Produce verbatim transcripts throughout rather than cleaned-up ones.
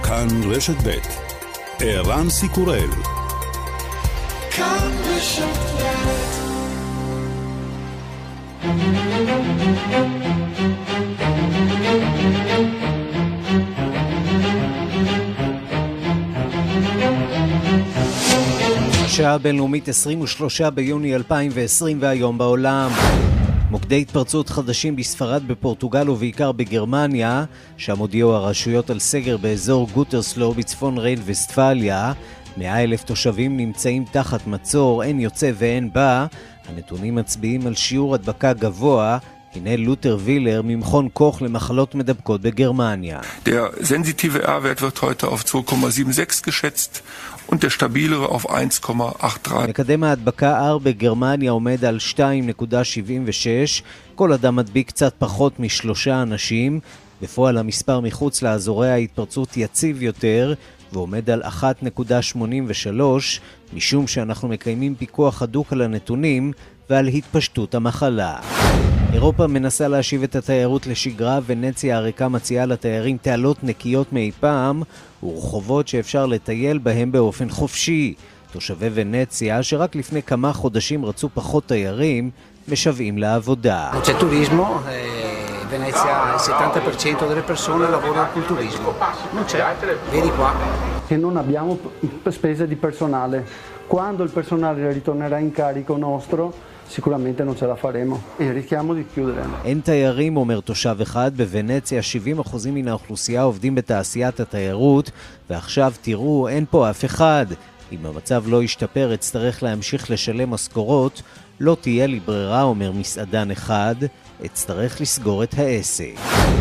כאן רשת ב' ערן סיקורל. כאן רשת ב'. שעה בינלאומית עשרים ושלושה ביוני אלפיים ועשרים והיום בעולם. מוקדי התפרצות חדשים בספרד, בפורטוגל ובעיקר בגרמניה, שם הודיעו הרשויות על סגר באזור גוטרסלו בצפון ריין וסטפליה. מאה אלף תושבים נמצאים תחת מצור, אין יוצא ואין בא. הנתונים מצביעים על שיעור הדבקה גבוה. הנה לותר וילר ממכון קוך למחלות מדבקות בגרמניה. Der sensitive R-Wert wird heute auf zwei Komma sechsundsiebzig geschätzt und der stabilere auf eins Komma dreiundachtzig. מקדם ההדבקה R בגרמניה עומד על שתיים נקודה שבעים ושש. כל אדם מדביק קצת פחות משלושה אנשים. בפועל המספר מחוץ לאזורי ההתפרצות יציב יותר ועומד על אחת נקודה שמונים ושלוש, משום שאנחנו מקיימים פיקוח הדוק על הנתונים ועל התפשטות המחלה. אירופה מנסה להשיב את התיירות לשגרה, ונציה הריקה מציעה לתיירים תעלות נקיות מאי פעם ורחובות שאפשר לטייל בהם באופן חופשי. תושבי ונציה, שרק לפני כמה חודשים רצו פחות תיירים, משוועים לעבודה. c'è turismo, Venezia il settanta per cento delle persone lavorano col turismo. Non c'è, vieni qua. Che non abbiamo spese di personale. Quando il personale ritornerà in carico nostro, sicuramente non ce la faremo e rischiamo di chiudere. אין תיירים, אומר תושב אחד. בוונציה שבעים אחוז מן האוכלוסייה עובדים בתעשיית התיירות, ועכשיו תראו, אין פה אף אחד. אם המצב לא ישתפר, אצטרך להמשיך לשלם משכורות. לא תהיה לי ברירה, אומר מסעדן אחד, אצטרך לסגור את העסק.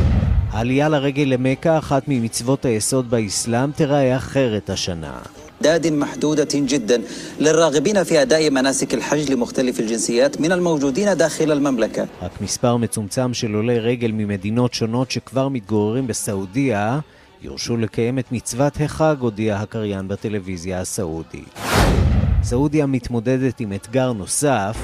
העלייה לרגל למכה, אחת ממצוות היסוד באסלאם, תראה אחרת השנה. أعداد محدودة جدا للراغبين في أداء مناسك الحج لمختلف الجنسيات من الموجودين داخل المملكة. רק מספר מצומצם של עולי רגל ממדינות שונות שכבר מתגוררים בסעודיה יורשו לקיים את מצוות החג, הודיע הקריין בטלוויזיה הסעודית. סעודיה מתמודדת עם אתגר נוסף.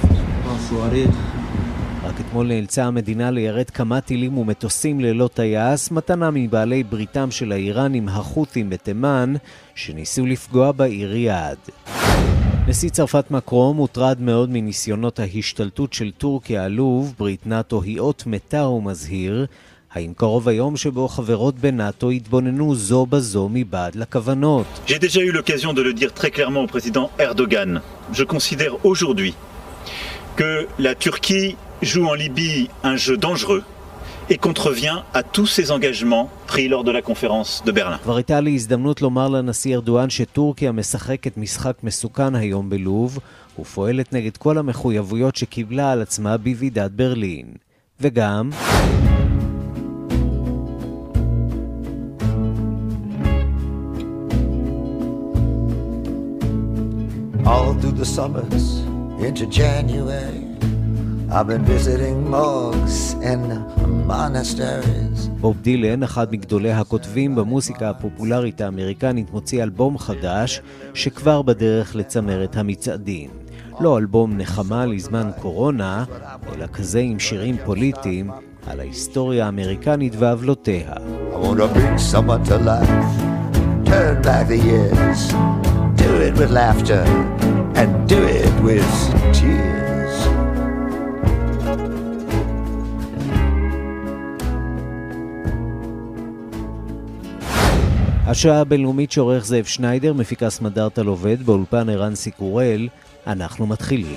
רק אתמול נאלצה המדינה ליירט כמה טילים ומטוסים ללא טייס, מתנה מבעלי בריתם של האיראנים החות'ים בתימן, שניסו לפגוע בעיר ריאד. נשיא צרפת מקרון מוטרד מאוד מניסיונות ההשתלטות של טורקיה על לוב. ברית נאטו היא אות מתה ומזהיר. האם קרוב היום שבו חברות בנאטו התבוננו זו בזו מבעד לכוונות? J'ai déjà eu l'occasion de le dire très clairement au président Erdogan. Je considère aujourd'hui que la Turquie joue en Libye un jeu dangereux et contrevient à tous ses engagements pris lors de la conférence de Berlin. כבר הייתה לי הזדמנות לומר לנשיא ארדואן שטורקיה משחקת משחק מסוכן היום בלוב ופועלת נגד כל המחויבויות שקיבלה על עצמה בוועידת ברלין. וגם all through the summers into January I've been visiting monks and monasteries. בוב דילן, אחד מגדולי הכותבים במוסיקה הפופולרית האמריקנית, מוציא אלבום חדש שכבר בדרך לצמרת המצעדים. לא אלבום נחמה לזמן קורונה, אלא כזה עם שירים פוליטיים על ההיסטוריה האמריקנית ועוולותיה. I want to bring someone to life, turn back the years, do it with laughter and do it with tears. השעה הבינלאומית שעורך זאב שניידר, מפיקה סמדארטה לובד, באולפן ערן סיקורל. אנחנו מתחילים.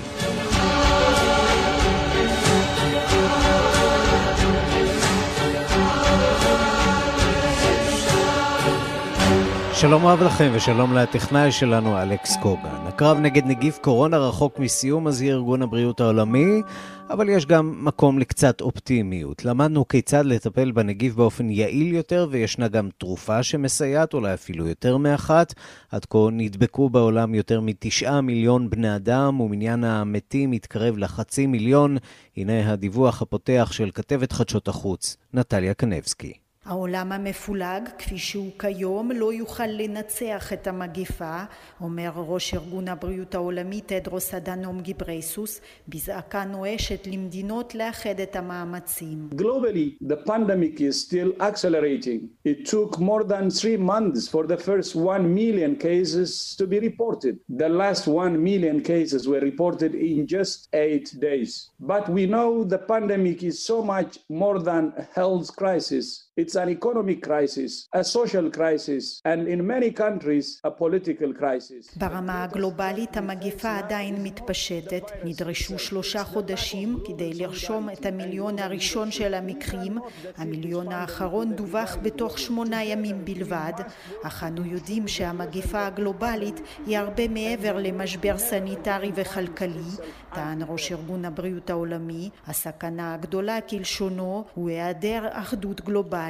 שלום רב לכם ושלום לטכנאי שלנו אלכס קוגן. הקרב נגד נגיף קורונה רחוק מסיום, מזהיר ארגון הבריאות העולמי, אבל יש גם מקום לקצת אופטימיות. למדנו כיצד לטפל בנגיף באופן יעיל יותר, וישנה גם תרופה שמסייעת, אולי אפילו יותר מאחת. עד כה נדבקו בעולם יותר מתשעה מיליון בני אדם, ומניין המתים מתקרב לחצי מיליון. הנה הדיווח הפותח של כתבת חדשות החוץ, נטליה קנבסקי. העולם המפולג, כפי שהוא כיום, לא יוכל לנצח את המגיפה, אומר ראש ארגון הבריאות העולמי טדרוס אדנום גיברייסוס, בזעקה נואשת למדינות לאחד את המאמצים. Globally, the pandemic is still accelerating. It took more than three months for the first one million cases to be reported. The last one million cases were reported in just eight days. But we know the pandemic is so much more than a health crisis. It's an economic crisis, a social crisis, and in many countries, a political crisis. ברמה הגלובלית המגיפה עדיין מתפשטת. נדרשו שלושה חודשים כדי לרשום את המיליון הראשון של המקרים. המיליון האחרון דווח בתוך שמונה ימים בלבד. אך אנו יודעים שהמגיפה הגלובלית היא הרבה מעבר למשבר סניטרי וכלכלי. טען ראש ארגון הבריאות העולמי, הסכנה הגדולה כלשונו הוא היעדר אחדות גלובלית.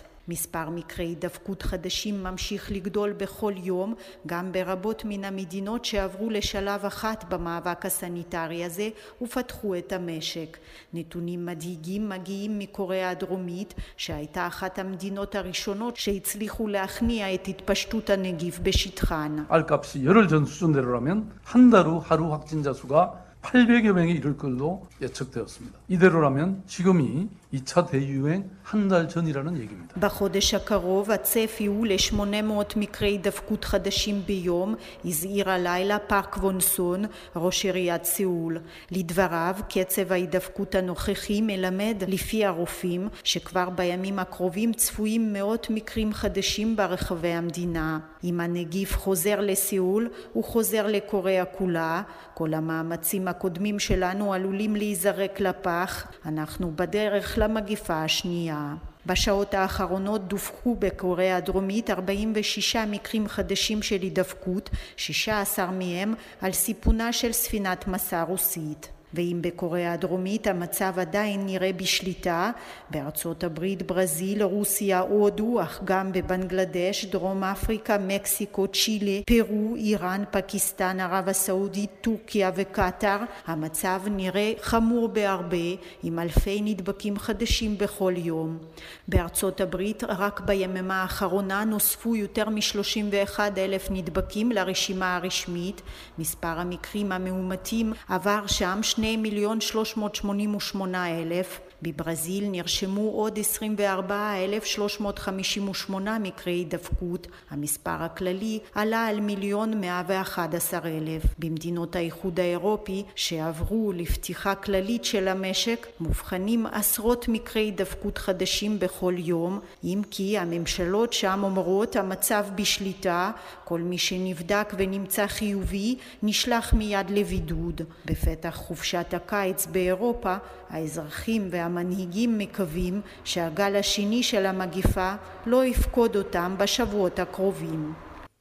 מספר מקרי הידבקות חדשים ממשיך לגדול בכל יום, גם ברבות מן המדינות שעברו לשלב אחת במאבק הסניטרי הזה ופתחו את המשק. נתונים מדהיגים מגיעים מקוריאה הדרומית, שהייתה אחת המדינות הראשונות שהצליחו להכניע את התפשטות הנגיף בשטחן. 알값이 열흘 전 수준대로라면 한 달 후 하루 확진자 수가 팔백여 명에 이를 걸로 예측되었습니다. 이대로라면 지금이 이 차 대유행 한 달 전이라는 얘기입니다. בחודש הקרוב הצפי הוא ל-שמונה מאות מקרי דפקות חדשים ביום, הזהיר הלילה פארק וונסון, ראש עיריית סאול. לדבריו, קצב ההידפקות הנוכחי מלמד לפי הרופאים שכבר בימים הקרובים צפויים מאות מקרים חדשים ברחבי המדינה. אם הנגיף חוזר לסאול, הוא חוזר לקוריאה כולה. כל המאמצים הקודמים שלנו עלולים להיזרק לפח. אנחנו בדרך למגיפה השנייה. בשעות האחרונות דווחו בקוריאה הדרומית ארבעים ושישה מקרים חדשים של הידבקות, שישה עשר מהם על סיפונה של ספינת מסע רוסית. ואם בקוריאה הדרומית המצב עדיין נראה בשליטה, בארצות הברית, ברזיל, רוסיה, הודו, אך גם בבנגלדש, דרום אפריקה, מקסיקו, צ'ילה, פרו, איראן, פקיסטן, ערב הסעודית, טורקיה וקטר, המצב נראה חמור בהרבה, עם אלפי נדבקים חדשים בכל יום. בארצות הברית רק ביממה האחרונה נוספו יותר מ-שלושים ואחד אלף נדבקים לרשימה הרשמית. מספר המקרים המאומתים עבר שם שני מיליון שלוש מאות שמונים ושמונה אלף. בברזיל נרשמו עוד עשרים וארבעה אלף שלוש מאות חמישים ושמונה מקרי הידבקות. המספר הכללי עלה על מיליון מאה ואחד עשר אלף. במדינות האיחוד האירופי שעברו לפתיחה כללית של המשק מובחנים עשרות מקרי הידבקות חדשים בכל יום, אם כי הממשלות שם אומרות המצב בשליטה, כל מי שנבדק ונמצא חיובי נשלח מיד לבידוד. בפתח חופשת הקיץ באירופה האזרחים והמנהיגים מקווים שהגל השני של המגיפה לא יפקוד אותם בשבועות הקרובים.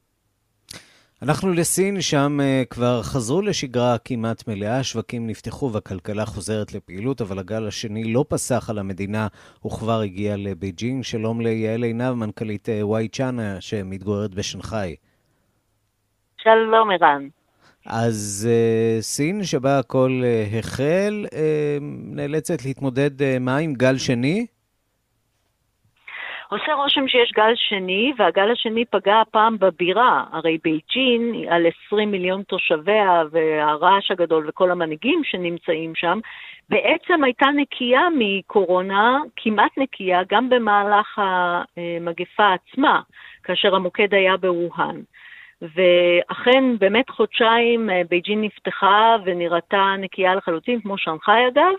אנחנו לסין, שם כבר חזרו לשגרה כמעט מלאה, השווקים נפתחו והכלכלה חוזרת לפעילות, אבל הגל השני לא פסח על המדינה, הוא כבר הגיע לבייג'ינג. שלום ליעל עינב, מנכ"לית וואי צ'אנה שמתגוררת בשנגחאי. שלום ערן. אז uh, סין שבה הכל uh, החל, uh, נאלצת להתמודד uh, מה עם גל שני? עושה רושם שיש גל שני, והגל השני פגע הפעם בבירה. הרי בייג'ין על עשרים מיליון תושביה והרעש הגדול וכל המנהיגים שנמצאים שם, בעצם הייתה נקייה מקורונה, כמעט נקייה, גם במהלך המגפה עצמה, כאשר המוקד היה בווהאן. ואכן באמת חודשיים בייג'ין נפתחה ונראתה נקייה לחלוטין, כמו שנגחאי אגב,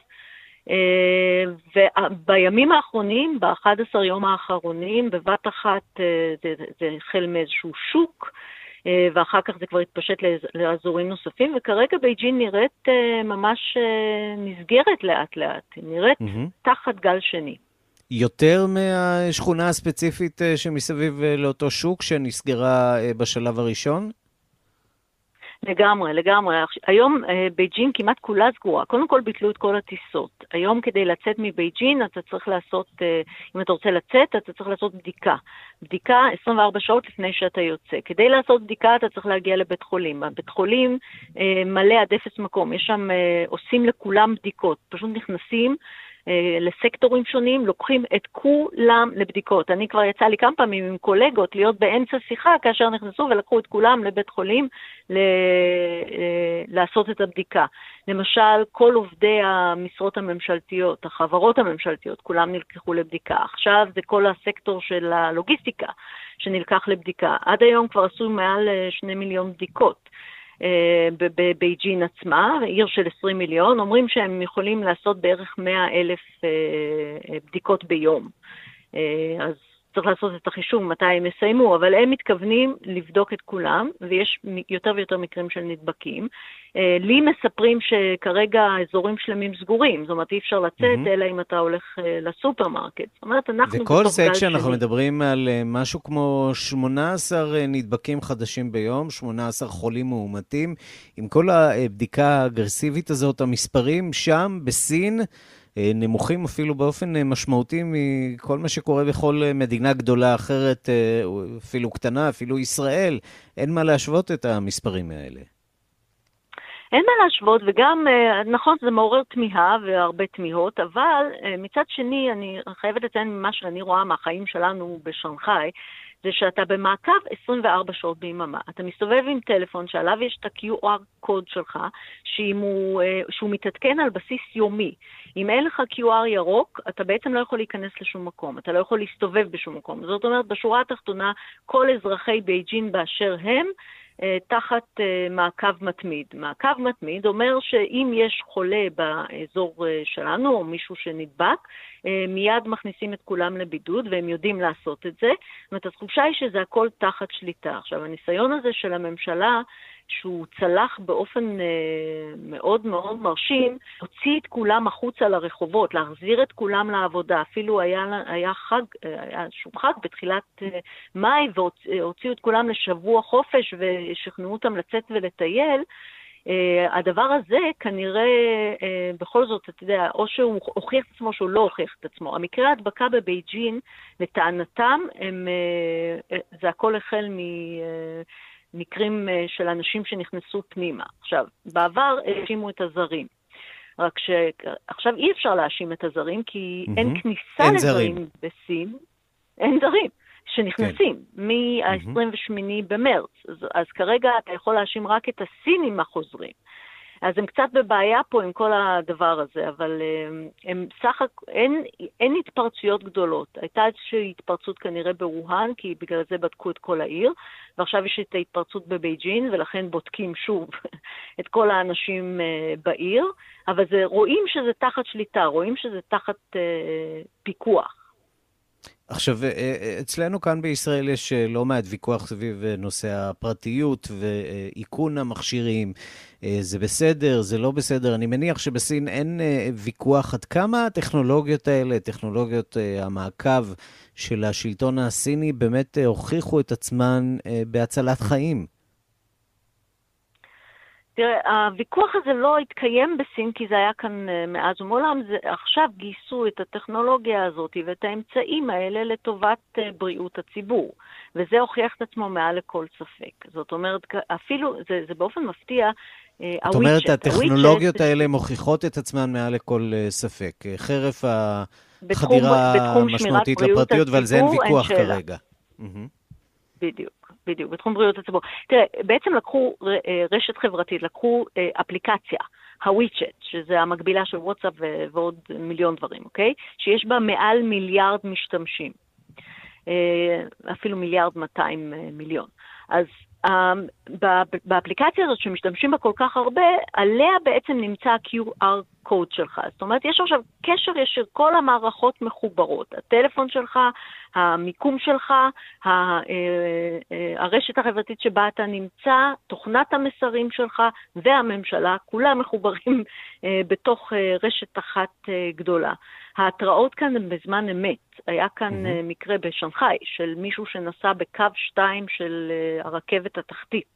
ובימים האחרונים, ב-אחד עשר יום האחרונים, בבת אחת זה, זה החל מאיזשהו שוק, ואחר כך זה כבר התפשט לאזורים נוספים, וכרגע בייג'ין נראית ממש נסגרת לאט לאט, נראית mm-hmm. תחת גל שני. יותר מהשכונה הספציפית שמסביב לאותו שוק שנסגרה בשלב הראשון? לגמרי, לגמרי. היום בייג'ין כמעט כולה סגורה. קודם כל ביטלו את כל הטיסות. היום כדי לצאת מבייג'ין אתה צריך לעשות, אם אתה רוצה לצאת, אתה צריך לעשות בדיקה. בדיקה עשרים וארבע שעות לפני שאתה יוצא. כדי לעשות בדיקה אתה צריך להגיע לבית חולים. הבית חולים מלא עד אפס מקום. יש שם, עושים לכולם בדיקות. פשוט נכנסים, לסקטורים שונים, לוקחים את כולם לבדיקות. אני כבר יצא לי כמה פעמים עם קולגות להיות באמצע שיחה, כאשר נכנסו ולקחו את כולם לבית חולים ל... לעשות את הבדיקה. למשל, כל עובדי המשרות הממשלתיות, החברות הממשלתיות, כולם נלקחו לבדיקה. עכשיו זה כל הסקטור של הלוגיסטיקה שנלקח לבדיקה. עד היום כבר עשו מעל שני מיליון בדיקות. בבייג'ין עצמה, עיר של עשרים מיליון, אומרים שהם יכולים לעשות בערך מאה אלף בדיקות ביום. אז צריך לעשות את החישוב מתי הם יסיימו, אבל הם מתכוונים לבדוק את כולם, ויש יותר ויותר מקרים של נדבקים. לי מספרים שכרגע אזורים שלמים סגורים, זאת אומרת אי אפשר לצאת, mm-hmm. אלא אם אתה הולך לסופרמרקט. זאת אומרת, אנחנו וכל סק שאנחנו מדברים על משהו כמו שמונה עשר נדבקים חדשים ביום, שמונה עשר חולים מאומתים, עם כל הבדיקה האגרסיבית הזאת, המספרים שם בסין, נמוכים אפילו באופן משמעותי מכל מה שקורה בכל מדינה גדולה אחרת, אפילו קטנה, אפילו ישראל. אין מה להשוות את המספרים האלה. אין מה להשוות, וגם, נכון, זה מעורר תמיהה והרבה תמיהות, אבל מצד שני, אני חייבת לציין ממה שאני רואה מהחיים שלנו בשנגחאי, זה שאתה במעקב עשרים וארבע שעות ביממה. אתה מסתובב עם טלפון שעליו יש את ה-קיו אר קוד שלך, שהוא, שהוא מתעדכן על בסיס יומי. אם אין לך קיו אר ירוק, אתה בעצם לא יכול להיכנס לשום מקום. אתה לא יכול להסתובב בשום מקום. זאת אומרת, בשורה התחתונה, כל אזרחי בייג'ין באשר הם, תחת מעקב מתמיד. מעקב מתמיד אומר שאם יש חולה באזור שלנו, או מישהו שנדבק, מיד מכניסים את כולם לבידוד, והם יודעים לעשות את זה. זאת אומרת, התחושה היא שזה הכל תחת שליטה. עכשיו, הניסיון הזה של הממשלה, שהוא צלח באופן מאוד מאוד מרשים, הוציא את כולם החוצה לרחובות, להחזיר את כולם לעבודה. אפילו היה, היה חג, היה שום חג בתחילת מאי, והוציאו את כולם לשבוע חופש, ושכנעו אותם לצאת ולטייל. הדבר הזה כנראה בכל זאת, אתה יודע, או שהוא הוכיח את עצמו, שהוא לא הוכיח את עצמו. המקרה ההדבקה בבייג'ין, לטענתם, הם, זה הכל החל מ... מקרים של אנשים שנכנסו פנימה. עכשיו, בעבר האשימו את הזרים. רק שעכשיו אי אפשר להאשים את הזרים, כי mm-hmm. אין כניסה אין לזרים זרים. בסין. אין זרים שנכנסים כן. מה-עשרים ושמונה במרץ. אז, אז כרגע אתה יכול להאשים רק את הסינים החוזרים. אז הם קצת בבעיה פה עם כל הדבר הזה, אבל הם סך, אין, אין התפרצויות גדולות. הייתה איזושהי התפרצות כנראה בווהאן, כי בגלל זה בדקו את כל העיר, ועכשיו יש את ההתפרצות בבייג'ין, ולכן בודקים שוב את כל האנשים בעיר, אבל זה, רואים שזה תחת שליטה, רואים שזה תחת אה, פיקוח. עכשיו, אצלנו כאן בישראל יש לא מעט ויכוח סביב נושא הפרטיות ואיכון המכשירים. זה בסדר, זה לא בסדר. אני מניח שבסין אין ויכוח עד כמה הטכנולוגיות האלה, טכנולוגיות המעקב של השלטון הסיני, באמת הוכיחו את עצמן בהצלת חיים. תראה, הוויכוח הזה לא התקיים בסין, כי זה היה כאן מאז ומעולם. זה, עכשיו גייסו את הטכנולוגיה הזאת ואת האמצעים האלה לטובת בריאות הציבור. וזה הוכיח את עצמו מעל לכל ספק. זאת אומרת, אפילו, זה, זה באופן מפתיע, זאת אומרת, הטכנולוגיות האלה מוכיחות את עצמן מעל לכל ספק. חרף החדירה המשמעותית לפרטיות, ועל זה אין ויכוח כרגע. בדיוק. בדיוק, בתחום בריאות הציבור. תראה, בעצם לקחו רשת חברתית, לקחו אפליקציה, הוויצ'ט, שזה המקבילה של וואטסאפ ועוד מיליון דברים, אוקיי? שיש בה מעל מיליארד משתמשים. אפילו מיליארד מאתיים מיליון. אז באפליקציה הזאת שמשתמשים בה כל כך הרבה, עליה בעצם נמצא ה-קיו אר קוד שלך. זאת אומרת, יש עכשיו קשר ישיר, כל המערכות מחוברות. הטלפון שלך, המיקום שלך, הרשת החברתית שבה אתה נמצא, תוכנת המסרים שלך והממשלה, כולם מחוברים בתוך רשת אחת גדולה. ההתראות כאן הן בזמן אמת. היה כאן mm-hmm. מקרה בשנגחאי של מישהו שנסע בקו שתיים של הרכבת התחתית.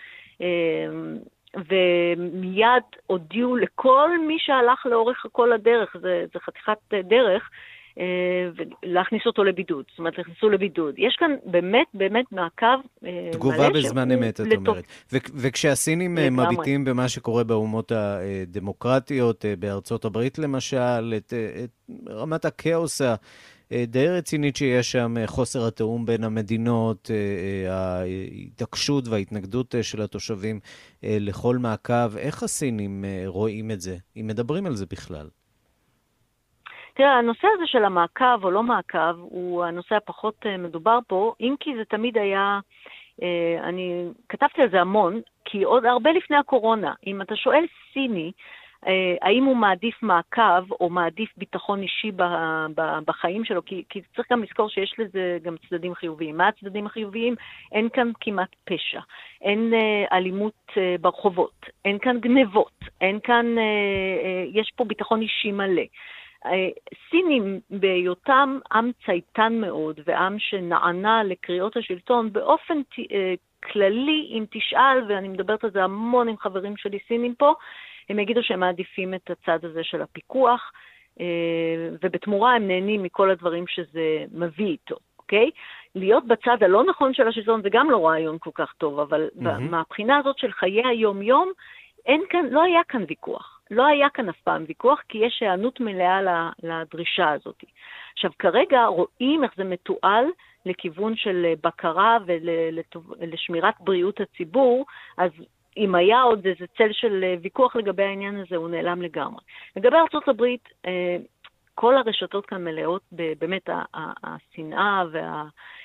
ומיד הודיעו לכל מי שהלך לאורך כל הדרך, זה, זה חתיכת דרך, ולהכניס אותו לבידוד. זאת אומרת, נכנסו לבידוד. יש כאן באמת, באמת מעקב תגובה בזמן אמת, את אומרת. וכשהסינים מביטים במה שקורה באומות הדמוקרטיות, בארצות הברית למשל, את רמת הכאוס די רצינית שיש שם, חוסר התאום בין המדינות, ההתעקשות וההתנגדות של התושבים לכל מעקב, איך הסינים רואים את זה? אם מדברים על זה בכלל? תראה, הנושא הזה של המעקב או לא מעקב הוא הנושא הפחות מדובר פה, אם כי זה תמיד היה, אני כתבתי על זה המון, כי עוד הרבה לפני הקורונה, אם אתה שואל סיני, האם הוא מעדיף מעקב או מעדיף ביטחון אישי בחיים שלו, כי, כי צריך גם לזכור שיש לזה גם צדדים חיוביים. מה הצדדים החיוביים? אין כאן כמעט פשע, אין אלימות ברחובות, אין כאן גנבות, אין כאן, יש פה ביטחון אישי מלא. סינים בהיותם עם צייתן מאוד ועם שנענה לקריאות השלטון באופן כללי, אם תשאל, ואני מדברת על זה המון עם חברים שלי סינים פה, הם יגידו שהם מעדיפים את הצד הזה של הפיקוח, ובתמורה הם נהנים מכל הדברים שזה מביא איתו, אוקיי? להיות בצד הלא נכון של השלטון זה גם לא רעיון כל כך טוב, אבל mm-hmm. מהבחינה הזאת של חיי היום-יום, אין כאן, לא היה כאן ויכוח. לא היה כאן אף פעם ויכוח, כי יש הענות מלאה לדרישה הזאת. עכשיו, כרגע רואים איך זה מתועל לכיוון של בקרה ולשמירת בריאות הציבור, אז אם היה עוד איזה צל של ויכוח לגבי העניין הזה, הוא נעלם לגמרי. לגבי ארצות הברית, כל הרשתות כאן מלאות, באמת השנאה וה...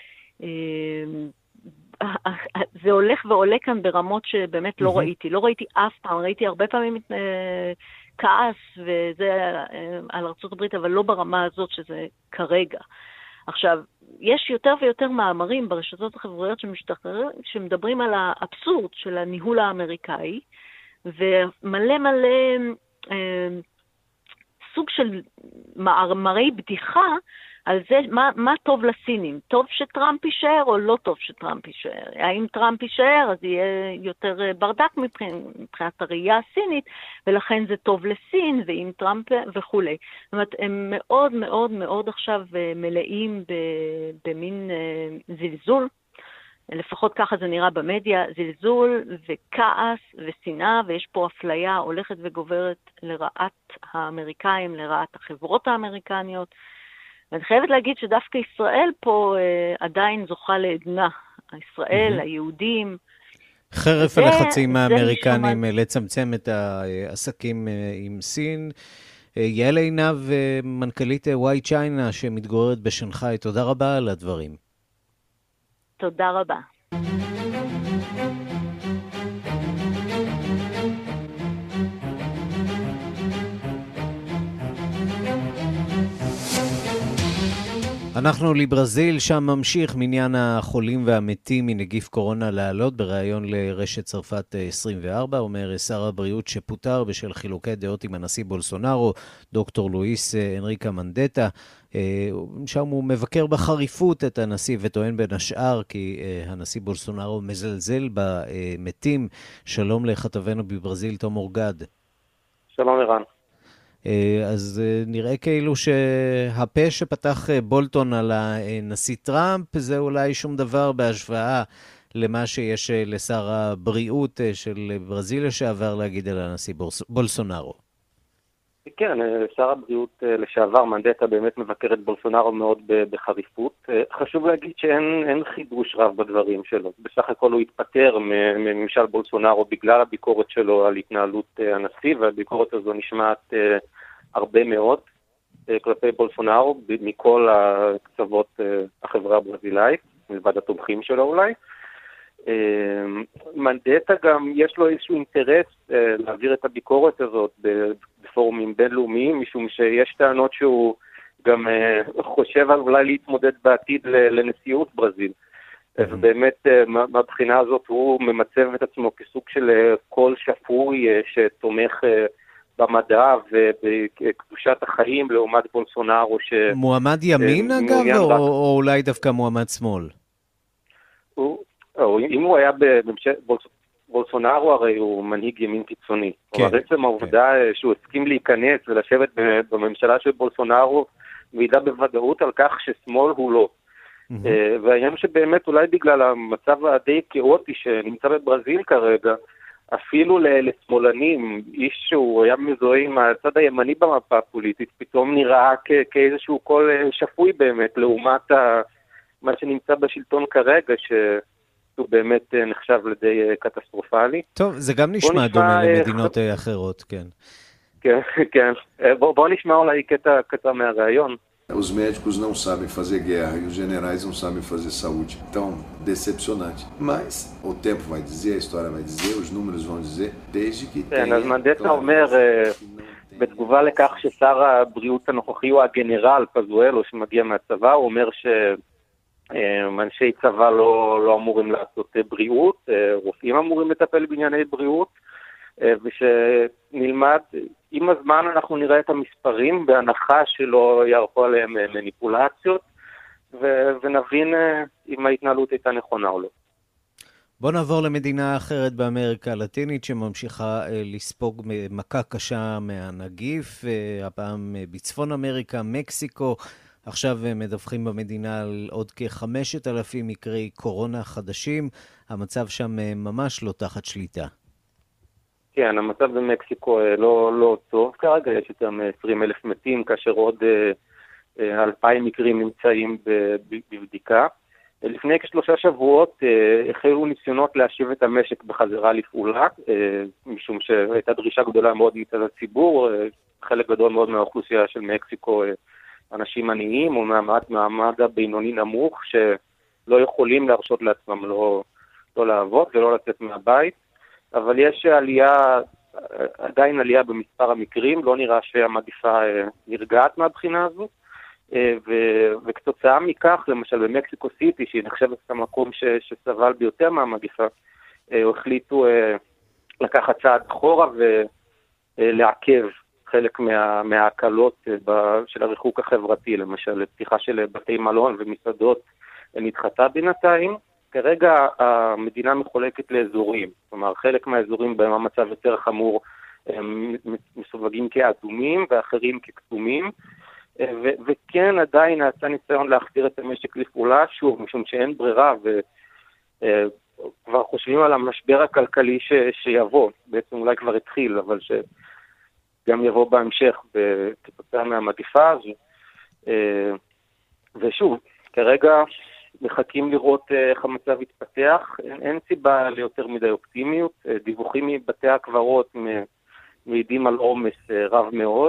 זה הולך ועולה כאן ברמות שבאמת לא ראיתי. לא ראיתי אף פעם, ראיתי הרבה פעמים כעס וזה על ארצות הברית, אבל לא ברמה הזאת שזה כרגע. עכשיו, יש יותר ויותר מאמרים ברשתות החברתיות שמדברים על האבסורד של הניהול האמריקאי, ומלא מלא אה, סוג של מאמרי בדיחה על זה מה, מה טוב לסינים. טוב שטראמפ יישאר או לא טוב שטראמפ יישאר? האם טראמפ יישאר אז יהיה יותר ברדק מבחינת, מבחינת הראייה הסינית, ולכן זה טוב לסין, ואם טראמפ וכו'. זאת אומרת, הם מאוד מאוד מאוד עכשיו מלאים במין זלזול, לפחות ככה זה נראה במדיה, זלזול וכעס ושנאה, ויש פה אפליה הולכת וגוברת לרעת האמריקאים, לרעת החברות האמריקניות, ואני חייבת להגיד שדווקא ישראל פה אה, עדיין זוכה לעדנה. ישראל, mm-hmm. היהודים. חרף הלחצים האמריקנים לצמצם את העסקים עם סין. יעל עינב, מנכ"לית וואי צ'יינה שמתגוררת בשנגחאי, תודה רבה על הדברים. תודה רבה. אנחנו לברזיל, שם ממשיך מניין החולים והמתים מנגיף קורונה לעלות. בריאיון לרשת צרפת עשרים וארבע אומר שר הבריאות שפוטר בשל חילוקי דעות עם הנשיא בולסונארו, דוקטור לואיס אנריקה מנדטה. שם הוא מבקר בחריפות את הנשיא וטוען בין השאר כי הנשיא בולסונארו מזלזל במתים. שלום לכתבנו בברזיל, תום אורגד. שלום ערן. אז נראה כאילו שהפה שפתח בולטון על הנשיא טראמפ זה אולי שום דבר בהשוואה למה שיש לשר הבריאות של ברזיל לשעבר להגיד על הנשיא בולסונארו. כן, שר הבריאות לשעבר מנדטה באמת מבקר את בולסונארו מאוד בחריפות. חשוב להגיד שאין חידוש רב בדברים שלו. בסך הכל הוא התפטר מממשל בולסונארו בגלל הביקורת שלו על התנהלות הנשיא, והביקורת הזו נשמעת הרבה מאוד כלפי בולסונארו מכל הקצוות החברה הברזילאית, מלבד התומכים שלו אולי. מנדטה גם יש לו איזשהו אינטרס להעביר את הביקורת הזאת בפורומים בינלאומיים, משום שיש טענות שהוא גם חושב על אולי להתמודד בעתיד לנשיאות ברזיל. ובאמת מהבחינה הזאת הוא ממצב את עצמו כסוג של קול שפוי שתומך במדע ובקדושת החיים לעומת בולסונארו. מועמד ימין אגב או אולי דווקא מועמד שמאל? הוא אם הוא היה בממשל, בולסונארו הרי הוא מנהיג ימין קיצוני. כן, אבל בעצם העובדה כן. שהוא הסכים להיכנס ולשבת בממשלה של בולסונארו, מעידה בוודאות על כך ששמאל הוא לא. והעניין שבאמת אולי בגלל המצב הדי כאוטי שנמצא בברזיל כרגע, אפילו לשמאלנים, איש שהוא היה מזוהה עם הצד הימני במפה הפוליטית, פתאום נראה כאיזשהו קול שפוי באמת, לעומת מה שנמצא בשלטון כרגע, שהוא באמת נחשב לדי קטסטרופלי. טוב, זה גם נשמע דומה למדינות אחרות, כן. כן, כן. בואו נשמע אולי קטע מהרעיון. Os médicos não sabem fazer guerra e os generais não sabem fazer saúde. Então, decepcionante. Mas o tempo vai dizer, a história vai dizer, os números vão dizer, desde que כן, אז מנדטה אומר, בתגובה לכך ששר הבריאות הנוכחי הוא הגנרל פזואלו שמגיע מהצבא, הוא אומר שאנשי צבא לא, לא אמורים לעשות בריאות, רופאים אמורים לטפל בענייני בריאות, ושנלמד, עם הזמן אנחנו נראה את המספרים בהנחה שלא יערכו עליהם מניפולציות, ו- ונבין אם ההתנהלות הייתה נכונה או לא. בוא נעבור למדינה אחרת באמריקה הלטינית שממשיכה לספוג מכה קשה מהנגיף, הפעם בצפון אמריקה, מקסיקו. עכשיו מדווחים במדינה על עוד כ-חמשת אלפים מקרי קורונה חדשים. המצב שם ממש לא תחת שליטה. כן, המצב במקסיקו לא, לא טוב. כרגע יש יותר מ-עשרים אלף מתים, כאשר עוד אלפיים מקרים נמצאים בבדיקה. לפני כשלושה שבועות החלו ניסיונות להשיב את המשק בחזרה לפעולה, משום שהייתה דרישה גדולה מאוד מצד הציבור, חלק גדול מאוד מהאוכלוסייה של מקסיקו, אנשים עניים או מהמעמד הבינוני נמוך, שלא יכולים להרשות לעצמם לא, לא לעבוד ולא לצאת מהבית. אבל יש עלייה, עדיין עלייה במספר המקרים, לא נראה שהמגיפה נרגעת מהבחינה הזו, ו- וכתוצאה מכך, למשל במקסיקו סיטי, שהיא נחשבת כמקום ש- שסבל ביותר מהמגיפה, החליטו לקחת צעד אחורה ולעכב חלק מה- מההקלות של הריחוק החברתי, למשל פתיחה של בתי מלון ומסעדות נדחתה בינתיים. כרגע המדינה מחולקת לאזורים, כלומר חלק מהאזורים בהם המצב יותר חמור מסווגים כאדומים ואחרים ככתומים, ו- וכן עדיין נעשה ניסיון להחזיר את המשק לפעולה, שוב, משום שאין ברירה, וכבר חושבים על המשבר הכלכלי ש- שיבוא, בעצם אולי כבר התחיל, אבל שגם יבוא בהמשך כתוצאה מהמגיפה הזו. ושוב, כרגע מחכים לראות איך המצב יתפתח, אין, אין סיבה ליותר מדי אופטימיות, דיווחים מבתי הקברות מעידים על עומס רב מאוד,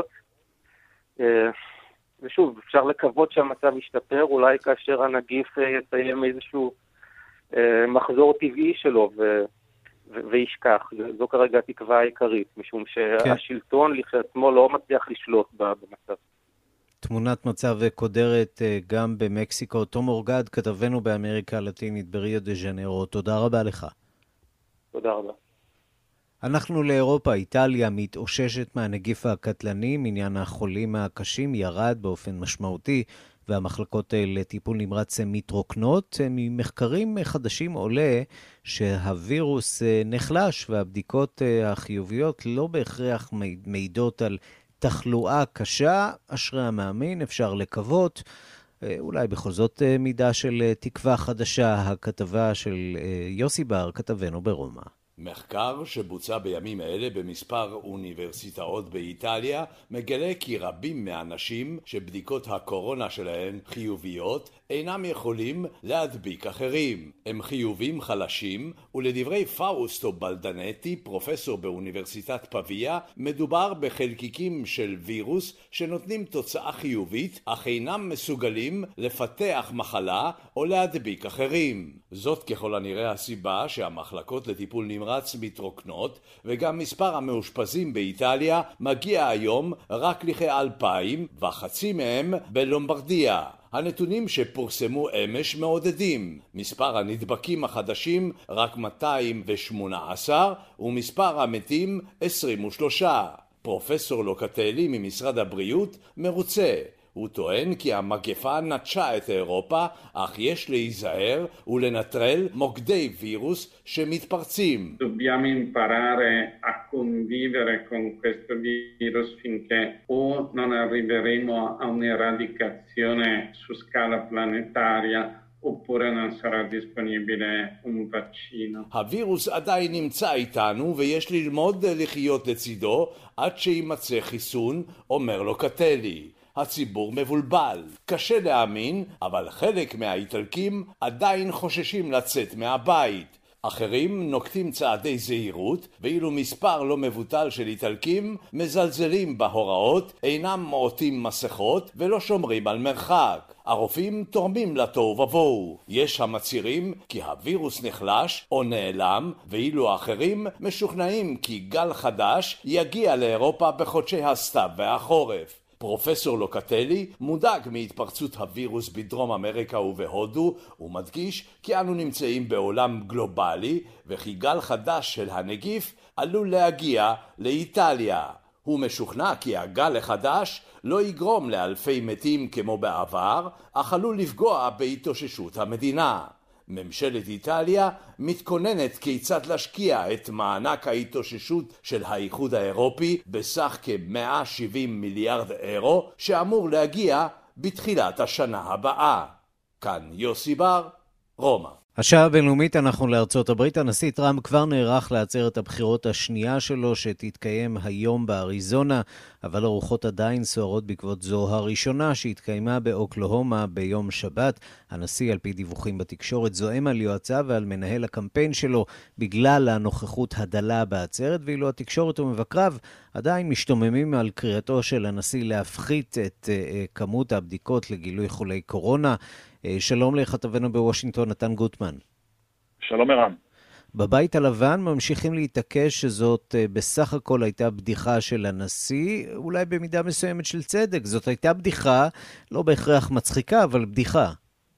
ושוב, אפשר לקוות שהמצב ישתפר, אולי כאשר הנגיף יסיים איזשהו מחזור טבעי שלו ו, ו, וישכח, זו כרגע התקווה העיקרית, משום שהשלטון לכשעצמו לא מצליח לשלוט במצב. תמונת מצב קודרת גם במקסיקו. תום אורגד, כתבנו באמריקה הלטינית בריו דה ז'נרו. תודה רבה לך. תודה רבה. אנחנו לאירופה. איטליה מתאוששת מהנגיף הקטלני, מניין החולים הקשים ירד באופן משמעותי, והמחלקות לטיפול נמרץ מתרוקנות. ממחקרים חדשים עולה שהווירוס נחלש, והבדיקות החיוביות לא בהכרח מעידות על תחלואה קשה. אשרי המאמין, אפשר לקוות, אולי בכל זאת מידה של תקווה חדשה. הכתבה של יוסי בר, כתבנו ברומא. מחקר שבוצע בימים אלה במספר אוניברסיטאות באיטליה מגלה כי רבים מהאנשים שבדיקות הקורונה שלהם חיוביות אינם יכולים להדביק אחרים. הם חיובים חלשים, ולדברי פאוסטו בלדנטי, פרופסור באוניברסיטת פביה, מדובר בחלקיקים של וירוס שנותנים תוצאה חיובית, אך אינם מסוגלים לפתח מחלה או להדביק אחרים. זאת ככל הנראה הסיבה שהמחלקות לטיפול נמרץ מתרוקנות, וגם מספר המאושפזים באיטליה מגיע היום רק לכאלפיים, וחצי מהם בלומברדיה. הנתונים שפורסמו אמש מעודדים. מספר הנדבקים החדשים רק מאתיים ושמונה עשר, ומספר המתים עשרים ושלושה. פרופסור לוקטלי ממשרד הבריאות מרוצה. הוא טוען כי המגפה נטשה את אירופה, אך יש להיזהר ולנטרל מוקדי וירוס שמתפרצים. Dobbiamo imparare a convivere con questo virus finché o non arriveremo a un'eradicazione su scala planetaria oppure non sarà disponibile un vaccino. הווירוס עדיין נמצא איתנו ויש ללמוד לחיות לצידו עד שימצא חיסון, אומר לו קטלי. הציבור מבולבל. קשה להאמין, אבל חלק מהאיטלקים עדיין חוששים לצאת מהבית. אחרים נוקטים צעדי זהירות, ואילו מספר לא מבוטל של איטלקים מזלזלים בהוראות, אינם מעוטים מסכות ולא שומרים על מרחק. הרופאים תורמים לתוהו ובוהו. יש המצהירים כי הווירוס נחלש או נעלם, ואילו האחרים משוכנעים כי גל חדש יגיע לאירופה בחודשי הסתיו והחורף. פרופסור לוקטלי מודאג מהתפרצות הווירוס בדרום אמריקה ובהודו, ומדגיש כי אנו נמצאים בעולם גלובלי וכי גל חדש של הנגיף עלול להגיע לאיטליה. הוא משוכנע כי הגל החדש לא יגרום לאלפי מתים כמו בעבר, אך עלול לפגוע בהתאוששות המדינה. ממשלת איטליה מתכוננת כיצד להשקיע את מענק ההתאוששות של האיחוד האירופי בסך כ-מאה ושבעים מיליארד אירו שאמור להגיע בתחילת השנה הבאה. כאן יוסי בר, רומא. השעה הבינלאומית, אנחנו לארצות הברית. הנשיא טראמפ כבר נערך לעצרת הבחירות השנייה שלו שתתקיים היום באריזונה, אבל הרוחות עדיין סוערות בעקבות זו הראשונה שהתקיימה באוקלהומה ביום שבת. הנשיא, על פי דיווחים בתקשורת, זועם על יועציו ועל מנהל הקמפיין שלו בגלל הנוכחות הדלה בעצרת, ואילו התקשורת ומבקריו עדיין משתוממים על קריאתו של הנשיא להפחית את uh, כמות הבדיקות לגילוי חולי קורונה. שלום לכתבנו בוושינגטון, נתן גוטמן. שלום ערן. בבית הלבן ממשיכים להתעקש שזאת בסך הכל הייתה בדיחה של הנשיא, אולי במידה מסוימת של צדק. זאת הייתה בדיחה, לא בהכרח מצחיקה, אבל בדיחה.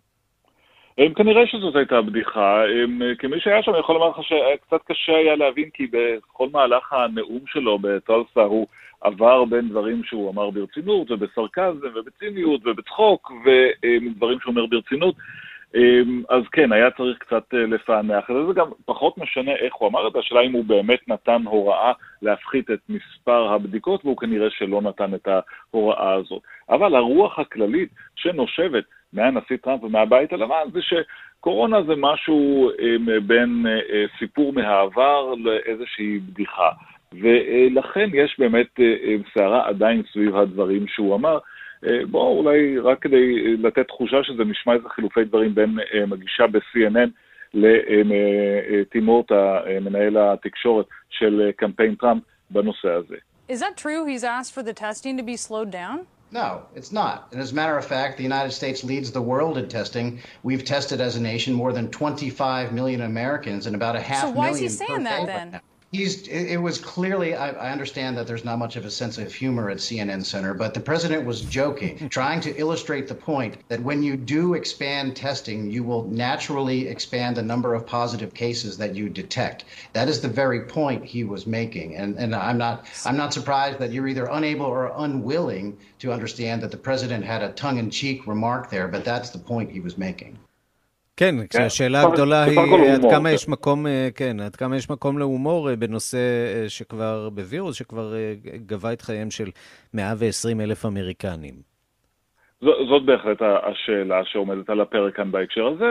כנראה שזאת הייתה בדיחה. כמי שהיה שם, יכול לומר לך שקצת קשה היה להבין, כי בכל מהלך הנאום שלו בטולסה הוא עבר בין דברים שהוא אמר ברצינות ובסרקזם ובציניות ובצחוק ודברים שהוא אומר ברצינות. אז כן, היה צריך קצת לפענח. זה גם פחות משנה איך הוא אמר את זה, השאלה אם הוא באמת נתן הוראה להפחית את מספר הבדיקות, והוא כנראה שלא נתן את ההוראה הזאת. אבל הרוח הכללית שנושבת מהנשיא טראמפ ומהבית הלבן זה שקורונה זה משהו בין סיפור מהעבר לאיזושהי בדיחה. ולכן יש באמת סערה עדיין סביב הדברים שהוא אמר. בואו אולי רק כדי לתת תחושה שזה נשמע איזה חילופי דברים בין מגישה ב-סי אן אן לטימורט, מנהל התקשורת של קמפיין טראמפ בנושא הזה. Is that true? He's asked for the testing to be slowed down? No, it's not. And as a matter of fact, the United States leads the world in testing. We've tested as a nation more than twenty-five million Americans and about a half million. So why is he saying that then? He's, it was clearly, I, I understand that there's not much of a sense of humor at C N N Center, but the president was joking, trying to illustrate the point that when you do expand testing, you will naturally expand the number of positive cases that you detect. That is the very point he was making. And, and I'm not, I'm not surprised that you're either unable or unwilling to understand that the president had a tongue-in-cheek remark there, but that's the point he was making. כן, כשהשאלה הגדולה היא עד כמה יש מקום, כן, עד כמה יש מקום להומור בנושא שכבר, בווירוס שכבר גבה את חייהם של מאה ועשרים אלף אמריקנים. זאת בהחלט השאלה שעומדת על הפרק כאן בהקשר הזה,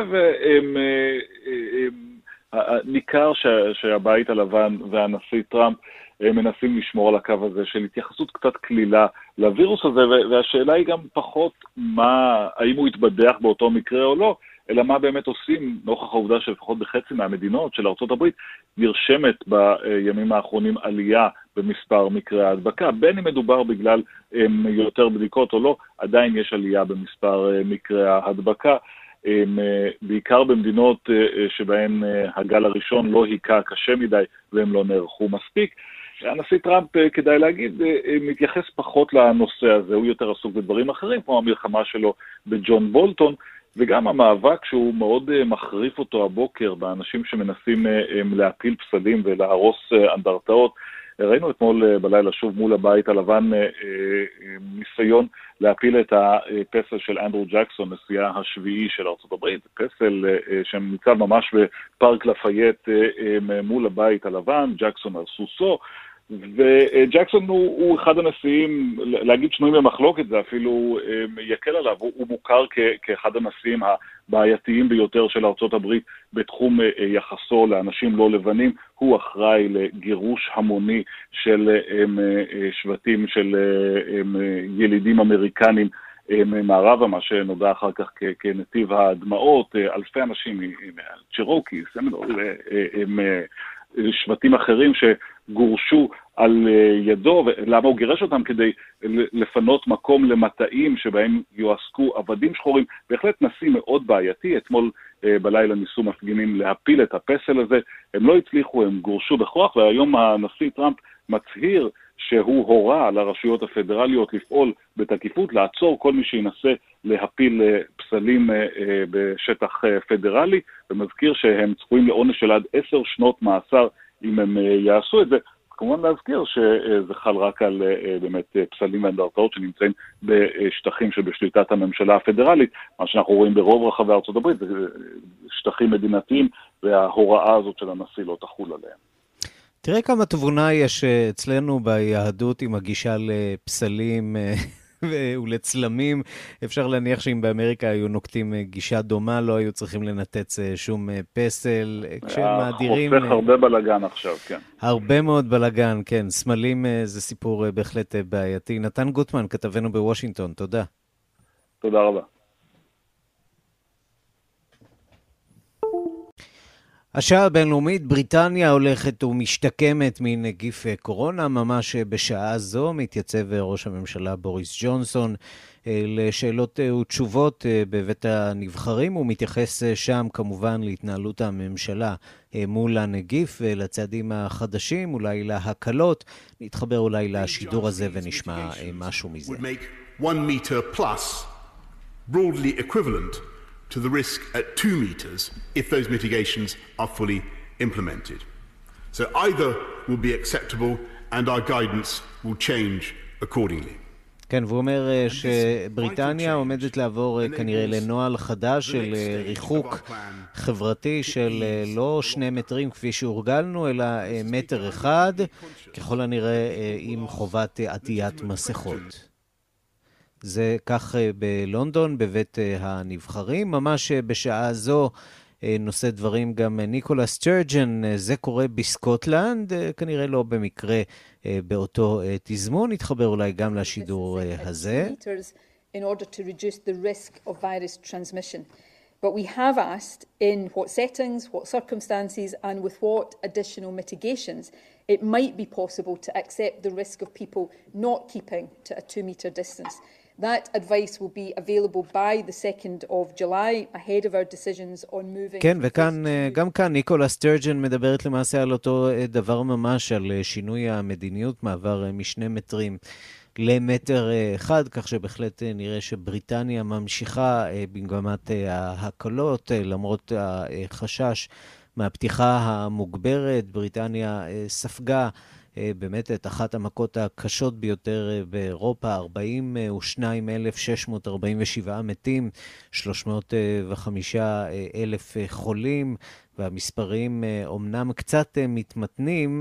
וניכר שהבית הלבן והנשיא טראמפ מנסים לשמור על הקו הזה של התייחסות קצת כלילה לווירוס הזה, והשאלה היא גם פחות מה, האם הוא יתבדח באותו מקרה או לא, אלא מה באמת עושים נוכח העובדה שלפחות בחצי מהמדינות של ארצות הברית נרשמת בימים האחרונים עלייה במספר מקרי ההדבקה. בין אם מדובר בגלל יותר בדיקות או לא, עדיין יש עלייה במספר מקרי ההדבקה, בעיקר במדינות שבהן הגל הראשון לא היכה קשה מדי והם לא נערכו מספיק. הנשיא טראמפ, כדאי להגיד, מתייחס פחות לנושא הזה, הוא יותר עסוק בדברים אחרים, כמו המלחמה שלו בג'ון בולטון, וגם המאבק שהוא מאוד מחריף אותו הבוקר באנשים שמנסים להפיל פסלים ולהרוס אנדרטאות. ראינו אתמול בלילה שוב מול הבית הלבן ניסיון להפיל את הפסל של אנדרו ג'קסון, נשיאה השביעי של ארצות הברית, פסל שניצב ממש בפארק לפייט מול הבית הלבן, ג'קסון על סוסו, וג'קסון הוא, הוא אחד הנשיאים, להגיד שנויים במחלוקת זה אפילו יקל עליו, הוא, הוא מוכר כ, כאחד הנשיאים הבעייתיים ביותר של ארצות הברית בתחום יחסו לאנשים לא לבנים, הוא אחראי לגירוש המוני של שבטים של ילידים אמריקנים מערבה, מה שנודע אחר כך כנתיב הדמעות, אלפי אנשים, צ'ירוקי, סמינול, הם שבטים אחרים שגורשו על ידו, ולמה הוא גירש אותם? כדי לפנות מקום למטעים שבהם יועסקו עבדים שחורים, בהחלט נשיא מאוד בעייתי. אתמול בלילה ניסו מפגינים להפיל את הפסל הזה, הם לא הצליחו, הם גורשו בכוח, והיום הנשיא טראמפ מצהיר שהוא הורה לרשויות הפדרליות לפעול בתקיפות, לעצור כל מי שינסה להפיל פסלים בשטח פדרלי, ומזכיר שהם צפויים לעונש של עד עשר שנות מאסר אם הם יעשו את זה. כמובן להזכיר שזה חל רק על באמת פסלים ואנדרטאות שנמצאים בשטחים שבשליטת הממשלה הפדרלית, מה שאנחנו רואים ברוב רחבי ארצות הברית, זה שטחים מדינתיים, וההוראה הזאת של הנשיא לא תחול עליהם. תראה כמה תבונה יש אצלנו ביהדות עם הגישה לפסלים ולצלמים. אפשר להניח שאם באמריקה היו נוקטים גישה דומה, לא היו צריכים לנתץ שום פסל. כשמאדירים... חופך הרבה בלגן עכשיו, כן. הרבה מאוד בלגן, כן. סמלים זה סיפור בהחלט בעייתי. נתן גוטמן, כתבנו בוושינגטון, תודה. תודה רבה. השעה הבינלאומית, בריטניה הולכת ומשתקמת מנגיף קורונה. ממש בשעה זו מתייצב ראש הממשלה בוריס ג'ונסון לשאלות ותשובות בבית הנבחרים. הוא מתייחס שם כמובן להתנהלות הממשלה מול הנגיף ולצעדים החדשים, אולי להקלות. נתחבר אולי לשידור הזה ונשמע משהו מזה. Would make one meter plus broadly equivalent to the risk at two meters if those mitigations are fully implemented. So either will be acceptable and our guidance will change accordingly. כן, והוא אומר שבריטניה עומדת לעבור כנראה לנוהל חדש של ריחוק חברתי של לא שני מטרים כפי שהורגלנו, אלא מטר אחד, ככל הנראה עם חובת עטיית מסכות. זה כך בלונדון, בבית הנבחרים. ממש בשעה זו נושא דברים גם ניקולה סטרג'ן, זה קורה בסקוטלנד, כנראה לא במקרה באותו תזמון. נתחבר אולי גם לשידור הזה. In order to reduce the risk of virus transmission. But we have asked in what settings, what circumstances, and with what additional mitigations it might be possible to accept the risk of people not keeping to a two-meter distance. That advice will be available by the second of July, ahead of our decisions on moving... כן, וכאן, גם כאן ניקולה סטרג'ן מדברת למעשה על אותו דבר ממש, על שינוי המדיניות, מעבר משני מטרים למטר אחד, כך שבהחלט נראה שבריטניה ממשיכה במגמת ההקלות, למרות החשש מהפתיחה המוגברת. בריטניה ספגה באמת את אחת המכות הקשות ביותר באירופה, ארבעים ושניים אלף שש מאות ארבעים ושבעה מתים, שלוש מאות וחמישה אלף חולים, והמספרים אומנם קצת מתמתנים,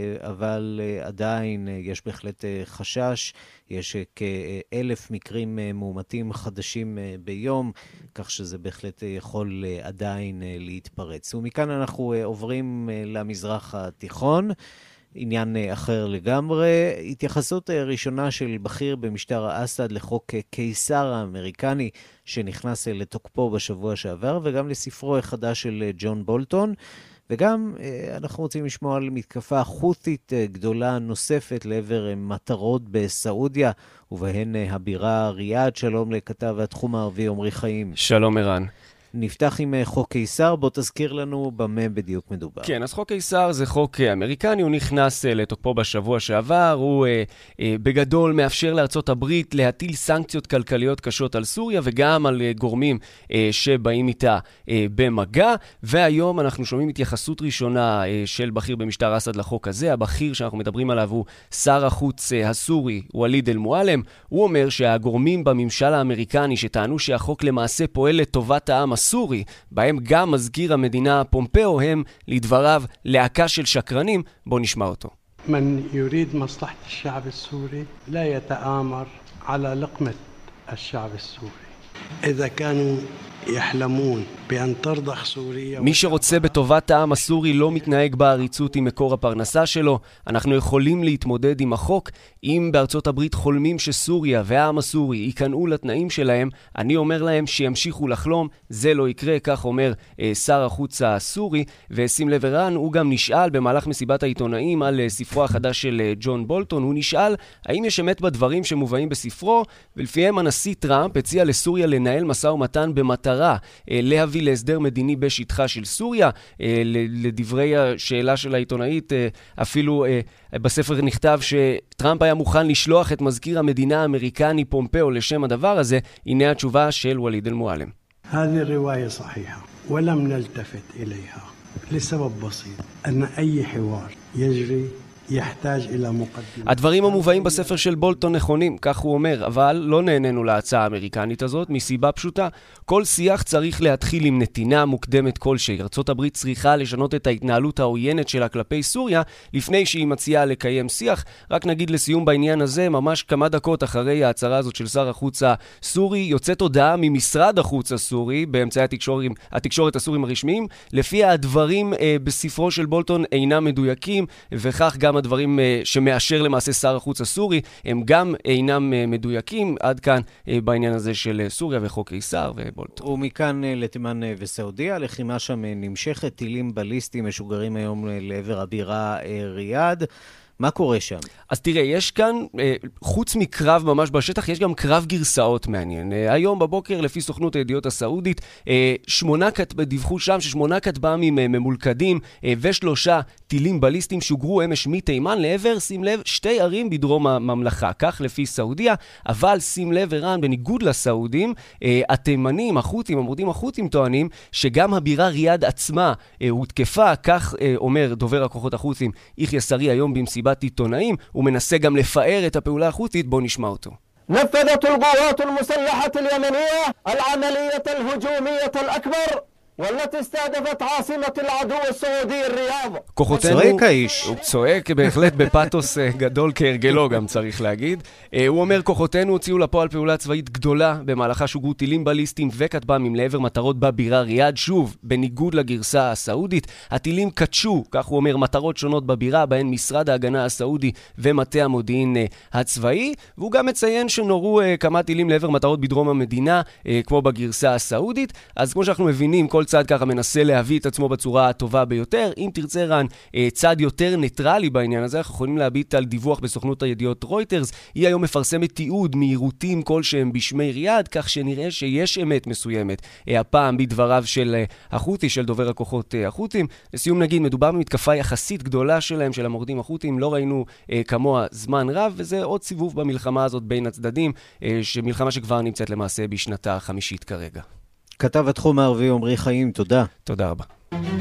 אבל עדיין יש בהחלט חשש. יש כאלף מקרים מאומתים חדשים ביום, כך שזה בהחלט יכול עדיין להתפרץ. ומכאן אנחנו עוברים למזרח התיכון. עניין אחר לגמרי, התייחסות ראשונה של בכיר במשטר האסד לחוק קיסר האמריקני שנכנס לתוקפו בשבוע שעבר, וגם לספרו החדש של ג'ון בולטון, וגם אנחנו רוצים לשמוע על מתקפה חות'ית גדולה נוספת לעבר מטרות בסעודיה, ובהן הבירה ריאד. שלום לכתב התחום הערבי עמרי חיים. שלום ערן. נפתח עם חוק קיסר, בוא תזכיר לנו במה בדיוק מדובר. כן, אז חוק קיסר זה חוק אמריקני, הוא נכנס לתוקפו בשבוע שעבר, הוא אה, אה, בגדול מאפשר לארצות הברית להטיל סנקציות כלכליות קשות על סוריה, וגם על אה, גורמים אה, שבאים איתה אה, במגע, והיום אנחנו שומעים התייחסות ראשונה אה, של בכיר במשטר אסד לחוק הזה. הבכיר שאנחנו מדברים עליו הוא שר החוץ אה, הסורי, וליד אל-מועלם. הוא אומר שהגורמים בממשל האמריקני שטענו שהחוק למעשה פועל לטובת העם הסורי, בהם גם מזכיר המדינה פומפאו, הם לדבריו להקה של שקרנים. בוא נשמע אותו. من يريد مصلحة الشعب السوري لا يتآمر على لقمة الشعب السوري. إذا كانوا יחלמון באן תרדך סוריה. מי שרוצה בטובת העם הסורי לא מתנהג בעריצות עם מקור הפרנסה שלו. אנחנו יכולים להתמודד עם החוק. אם בארצות הברית חולמים שסוריה והעם הסורי ייכנעו לתנאים שלהם, אני אומר להם שימשיכו לחלום. זה לא יקרה, כך אומר אה, שר החוץ הסורי. ושים לב ערן, הוא גם נשאל במהלך מסיבת העיתונאים על אה, ספרו החדש של אה, ג'ון בולטון. הוא נשאל האם יש אמת בדברים שמובאים בספרו, ולפיהם הנשיא טראמפ הציע לסוריה לנהל משא ומתן במטרה אה, להביא להסדר מדיני בשטחה של סוריה. אה, לדברי השאלה של העיתונאית, אה, אפילו אה, בספר נכתב שטראמפ היה מוכן לשלוח את מזכיר המדינה האמריקני פומפאו לשם הדבר הזה. הנה התשובה של וליד אל-מועלם. هذه الرواية صحيحة ولم نلتفت إليها لسبب بسيط أن أي حوار يجري יחתאג' אלה מוקדם. הדברים המובאים בספר של בולטון נכונים, כך הוא אומר, אבל לא נהנינו להצעה האמריקנית הזאת, מסיבה פשוטה. כל שיח צריך להתחיל עם נתינה מוקדמת כלשהי. ארצות הברית צריכה לשנות את ההתנהלות העוינת שלה כלפי סוריה, לפני שהיא מציעה לקיים שיח. רק נגיד לסיום בעניין הזה, ממש כמה דקות אחרי ההצהרה הזאת של שר החוץ הסורי, יוצאת הודעה ממשרד החוץ הסורי, באמצעי התקשורים, התקשורת הסורים הרשמיים, לפי הדברים אה, בספרו של בולטון אינם מדויקים, וכך גם הדברים שמאשר למעשה שר החוץ הסורי הם גם אינם מדויקים. עד כאן בעניין הזה של סוריה וחוק קיסר ובולטון. ומכאן לתימן וסעודיה, הלחימה שם נמשכת, טילים בליסטיים משוגרים היום לעבר הבירה ריאד. מה קורה שם? אז תראה, יש כאן, חוץ מקרב ממש בשטח, יש גם קרב גרסאות מעניין. היום בבוקר, לפי סוכנות הידיעות הסעודית, שמונה דיווחו שם ששמונה כטב"מים ממולכדים ושלושה טילים בליסטיים שוגרו אמש מתימן לעבר, שים לב, שתי ערים בדרום הממלכה, כך לפי סעודיה. אבל שים לב ערן, בניגוד לסעודים, התימנים, החות'ים, המורדים החות'ים טוענים שגם הבירה ריאד עצמה הותקפה, כך אומר דובר הכוחות החות'ים יחיא סרי היום במסיבת עיתונאים. הוא מנסה גם לפאר את הפעולה החות'ית. בוא נשמע אותו. نفذت القوات المسلحة اليمنية العملية الهجومية الأكبر والتي استهدفت عاصمة العدو السعودي الرياض. כוחותינו, צועק האיש. הוא צועק בהחלט בפאטוס גדול כהרגלו גם צריך להגיד. הוא אומר, כוחותינו הוציאו לפועל פעולה צבאית גדולה, במהלכה שוגרו טילים בליסטיים וכטב"מים לעבר מטרות בבירה ריאד. שוב, בניגוד לגרסה הסעודית, הטילים קדשו, כך הוא אומר, מטרות שונות בבירה, בהן משרד ההגנה הסעודי ומטה המודיעין הצבאי. והוא גם מציין שנורו כמה טילים לעבר מטרות בדרום המדינה, כמו בגרסה הסעודית. אז כמו שאנחנו מבינים, כל צד ככה מנסה להביא את עצמו בצורה הטובה ביותר. אם תרצה רן צד יותר ניטרלי בעניין הזה, אנחנו יכולים להביט על דיווח בסוכנות הידיעות רויטרס. היא היום מפרסמת תיעוד מהירותים כלשהם בשמי ריאד, כך שנראה שיש אמת מסוימת הפעם בדבריו של החות'י, של דובר הכוחות החות'ים. לסיום נגיד, מדובר במתקפה יחסית גדולה שלהם, של המורדים החות'ים, לא ראינו כמוה זמן רב, וזה עוד סיבוב במלחמה הזאת בין הצדדים, שמלחמה שכבר נמצאת למעשה בשנתה החמישית כרגע. כתב התחום הערבי עומרי חיים, תודה. תודה רבה.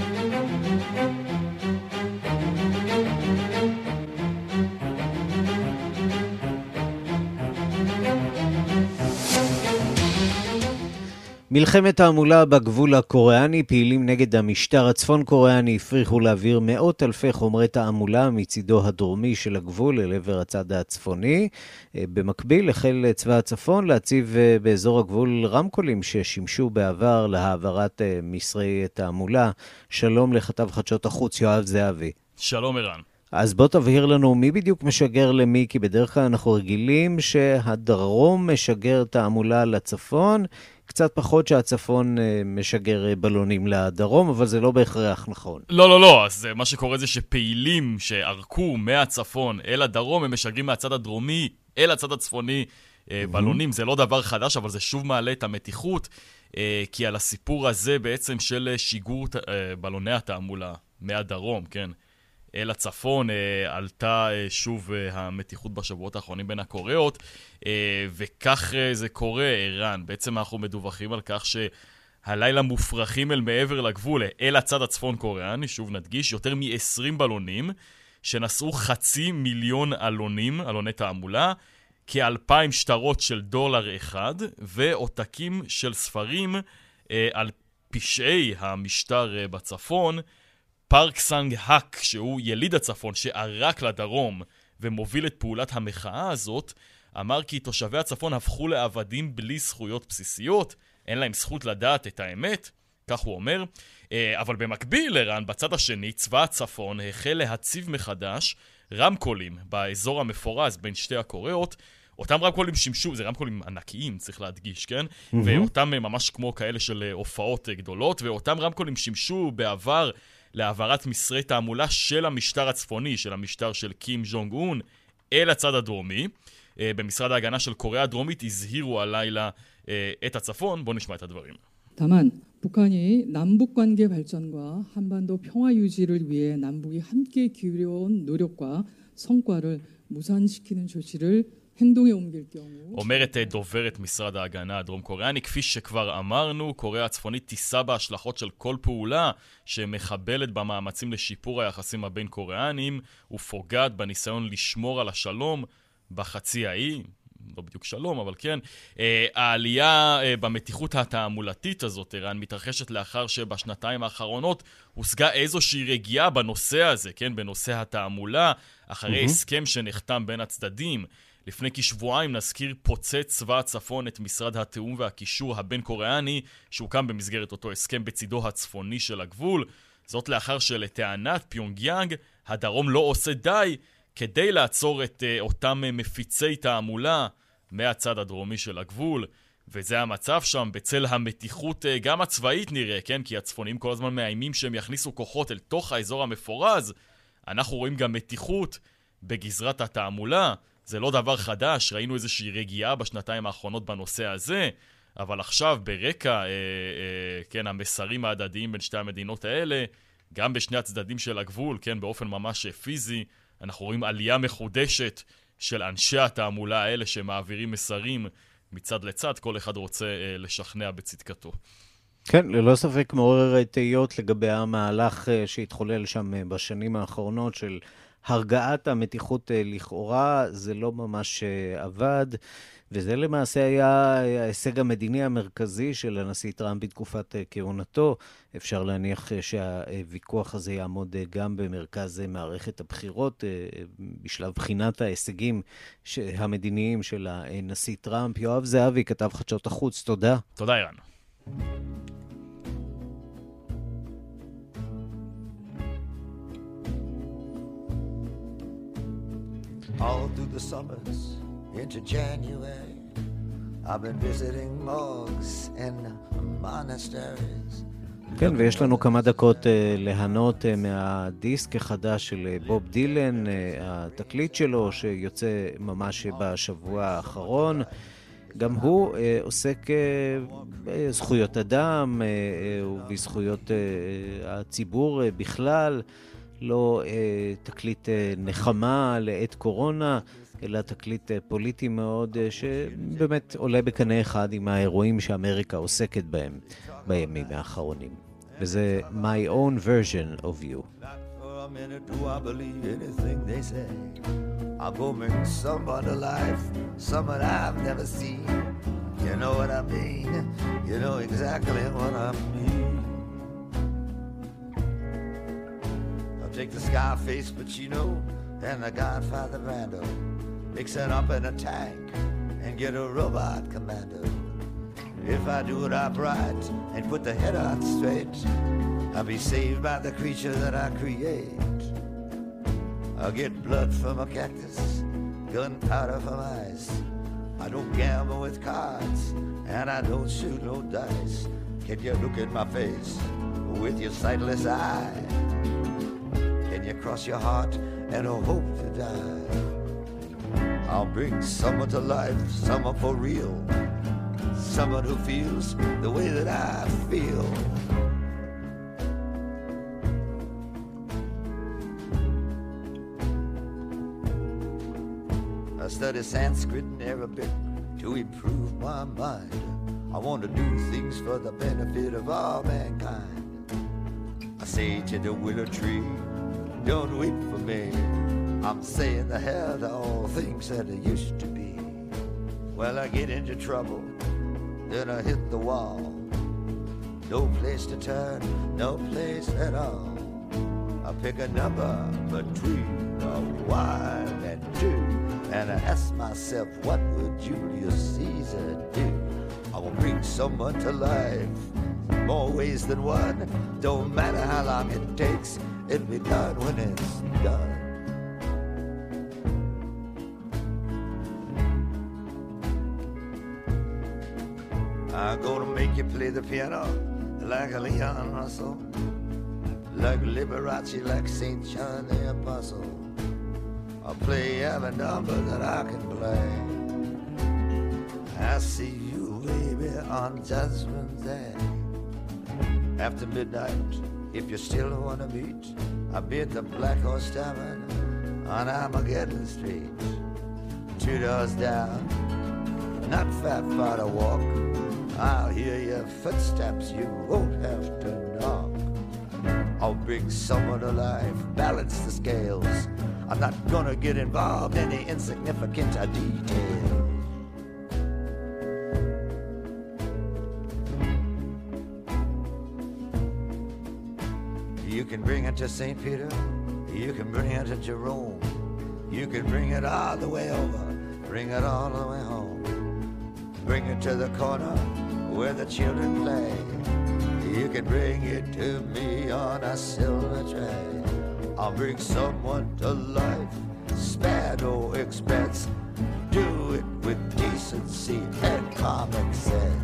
מלחמת תעמולה בגבול הקוריאני, פעילים נגד המשטר הצפון קוריאני הפריחו להעביר מאות אלפי חומרי תעמולה מצידו הדרומי של הגבול אל עבר הצד הצפוני. במקביל החל צבא הצפון להציב באזור הגבול רמקולים ששימשו בעבר להעברת מסרי תעמולה. שלום לכתב חדשות החוץ יואב זהבי. שלום ערן. אז בוא תבהיר לנו מי בדיוק משגר למי, כי בדרך כלל אנחנו רגילים שהדרום משגר תעמולה לצפון, קצת פחות שהצפון משגר בלונים לדרום, אבל זה לא בהכרח נכון. לא, לא, לא. אז מה שקורה זה שפעילים שערכו מהצפון אל הדרום, הם משגרים מהצד הדרומי אל הצד הצפוני בלונים. זה לא דבר חדש, אבל זה שוב מעלה את המתיחות, כי על הסיפור הזה בעצם של שיגור בלוני התעמולה מהדרום, כן, אל הצפון, עלתה שוב המתיחות בשבועות האחרונים בין הקוריאות, וכך זה קורה, ערן. בעצם אנחנו מדווחים על כך שהלילה מופרחים אל מעבר לגבול, אל הצד הצפון קוריאני, שוב נדגיש, יותר מ-עשרים בלונים, שנשאו חצי מיליון אלונים, אלוני תעמולה, כאלפיים שטרות של דולר אחד, ועותקים של ספרים על פשעי המשטר בצפון, פארק סנג האק, שהוא יליד הצפון שערק לדרום ומוביל את פעולת המחאה הזאת, אמר כי תושבי הצפון הפכו לעבדים בלי זכויות בסיסיות, אין להם זכות לדעת את האמת, כך הוא אומר. אבל במקביל, ערן, בצד השני, צבא הצפון החל להציב מחדש רמקולים באזור המפורז בין שתי הקוריאות. אותם רמקולים שימשו, זה רמקולים ענקיים, צריך להדגיש, כן? Mm-hmm. ואותם ממש כמו כאלה של הופעות גדולות, ואותם רמקולים שימשו בעבר להעברת מסרי תעמולה של המשטר הצפוני, של המשטר של קים ז'ונג און, אל הצד הדרומי. במשרד ההגנה של קוריאה הדרומית הזהירו הלילה את הצפון. בואו נשמע את הדברים. 다만 북한이 남북 관계 발전과 한반도 평화 유지를 위해 남북이 함께 기울여온 노력과 성과를 무산시키는 조치를 행동에 옮길 경우 אומרת דוברת משרד ההגנה הדרום קוריאני, כפי שכבר אמרנו, קוריאה הצפונית תישא בהשלכות של כל פעולה שמחבלת במאמצים לשיפור היחסים הבין קוריאנים ופוגעת בניסיון לשמור על השלום בחצי האי. לא בדיוק שלום, אבל כן. העלייה במתיחות התעמולתית הזאת, ערן, מתרחשת לאחר שבשנתיים האחרונות הושגה איזושהי רגיעה בנושא הזה, כן? בנושא התעמולה, אחרי הסכם שנחתם בין הצדדים. לפני כשבועיים נזכיר פוצץ צבא הצפון את משרד התיאום והקישור הבין קוריאני, שהוקם במסגרת אותו הסכם בצידו הצפוני של הגבול. זאת לאחר שלטענת פיונגיאנג, הדרום לא עושה די כדי לעצור את uh, אותם uh, מפיצי תעמולה מהצד הדרומי של הגבול, וזה המצב שם בצל המתיחות uh, גם הצבאית נראה, כן? כי הצפונים כל הזמן מאיימים שהם יכניסו כוחות אל תוך האזור המפורז. אנחנו רואים גם מתיחות בגזרת התעמולה, זה לא דבר חדש, ראינו איזושהי רגיעה בשנתיים האחרונות בנושא הזה, אבל עכשיו ברקע, אה, אה, כן, המסרים ההדדיים בין שתי המדינות האלה, גם בשני הצדדים של הגבול, כן, באופן ממש פיזי, אנחנו רואים עלייה מחודשת של אנשי התעמולה האלה שמעבירים מסרים מצד לצד, כל אחד רוצה אה, לשכנע בצדקתו. כן, ללא ספק מעורר תהיות לגבי המהלך אה, שהתחולל שם אה, בשנים האחרונות של הרגעת המתיחות אה, לכאורה, זה לא ממש אה, עבד, וזה למעשה היה ההישג המדיני המרכזי של הנשיא טראמפ בתקופת כהונתו. אפשר להניח שהוויכוח הזה יעמוד גם במרכז מערכת הבחירות, בשלב בחינת ההישגים המדיניים של הנשיא טראמפ. יואב זהבי, כתב חדשות החוץ, תודה. תודה, אירן. All through the summers into January, I've been visiting morgues and monasteries. כן, ויש לנו כמה דקות uh, ליהנות uh, מהדיסק החדש של uh, בוב דילן, uh, התקליט שלו שיוצא ממש בשבוע האחרון. גם הוא uh, עוסק uh, בזכויות אדם uh, uh, ובזכויות uh, הציבור uh, בכלל, לא uh, תקליט uh, נחמה לעת קורונה, אלא תקליט פוליטי מאוד שבאמת עולה בקנה אחד עם האירועים שאמריקה עוסקת בהם בימים האחרונים. וזה My Own Version of You. For a minute do I believe anything they say. I'll go make someone alive, someone I've never seen. You know what I mean? You know exactly what I mean. I'll take the Scarface Pacino and the Godfather Brando, mix it up in a tank and get a robot commando. If I do it upright and put the head on straight, I'll be saved by the creature that I create. I'll get blood from a cactus, gunpowder from ice. I don't gamble with cards and I don't shoot no dice. Can you look in my face with your sightless eye? Can you cross your heart and hope to die? I'll bring someone to life, someone for real, someone who feels the way that I feel. I study Sanskrit and Arabic to improve my mind. I want to do things for the benefit of all mankind. I say to the willow tree, don't wait for me. I'm saying the hell to all things that it used to be. Well, I get into trouble, then I hit the wall. No place to turn, no place at all. I pick a number between a one and two, and I ask myself, what would Julius Caesar do? I will bring someone to life, more ways than one. Don't matter how long it takes, it'll be done when it's done. I'm gonna make you play the piano like a Leon Russell, like Liberace, like Saint John the Apostle. I'll play every number that I can play. I see you, baby, on Judgment Day. After midnight, if you still wanna meet, I'll be at the Black Horse Tavern on Armageddon Street. Two doors down, not far far to walk. I'll hear your footsteps, you won't have to knock. I'll bring someone alive, balance the scales. I'm not gonna get involved in the insignificant details. You can bring it to Saint Peter, you can bring it to Jerome, you can bring it all the way over, bring it all the way home. Bring it to the corner where the children play. You can bring it to me on a silver tray. I'll bring someone to life, spare no expense. Do it with decency and common sense.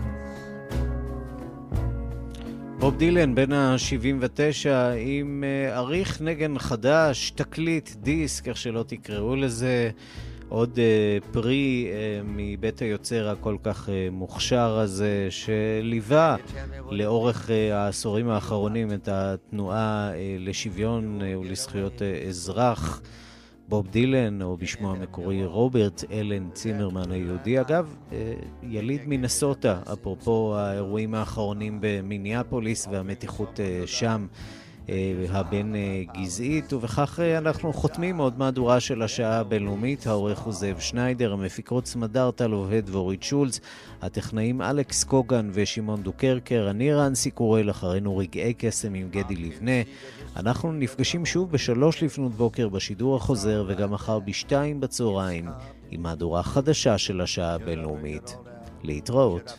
בוב דילן בן ה-שבעים ותשע עם עריך נגן חדש, תקליט, דיסק, איך שלא תקראו לזה, עוד uh, פרי uh, מבית היוצר הכל כך uh, מוכשר הזה, שליווה לאורך uh, העשורים האחרונים את התנועה uh, לשוויון uh, ולזכויות uh, אזרח. בוב דילן, או בשמו המקורי רוברט אלן צימרמן היהודי, אגב, uh, יליד מינסוטה, אפרופו האירועים האחרונים במיניאפוליס והמתיחות uh, שם. הבין גזעית, ובכך אנחנו חותמים עוד מהדורה של השעה הבינלאומית. העורך הוא זאב שניידר, המפיקרות סמדר טל עובד ואורית שולץ, הטכנאים אלכס קוגן ושמעון דוקרקר, אני רנסי קורל, אחרינו רגעי קסם עם גדי לבנה. אנחנו נפגשים שוב בשלוש לפנות בוקר בשידור החוזר, וגם מחר בשתיים בצהריים עם מהדורה חדשה של השעה הבינלאומית. להתראות.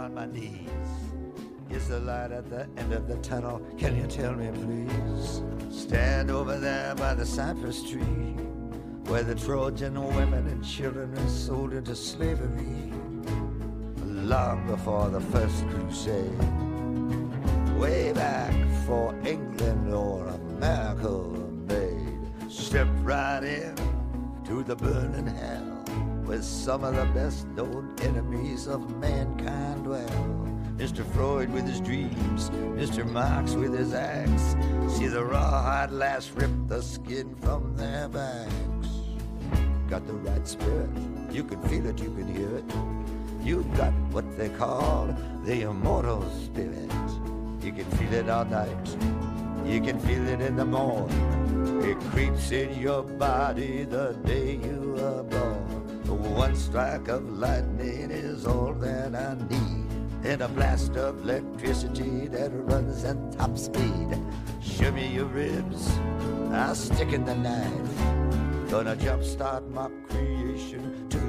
Is the light at the end of the tunnel? Can you tell me, please? Stand over there by the cypress tree, where the Trojan women and children are sold into slavery, long before the first crusade. Way back for England or America made. Step right in to the burning hell, where some of the best known enemies of mankind dwell. Mister Freud with his dreams, Mister Marx with his axe. See the rawhide lass rip the skin from their backs. Got the right spirit, you can feel it, you can hear it. You got what they call the immortal spirit. You can feel it all night, you can feel it in the morning. It creeps in your body the day you are born. One strike of lightning is all that I need, and a blast of electricity that runs at top speed. Show me your ribs, I'll stick in the knife. Gonna jumpstart my creation to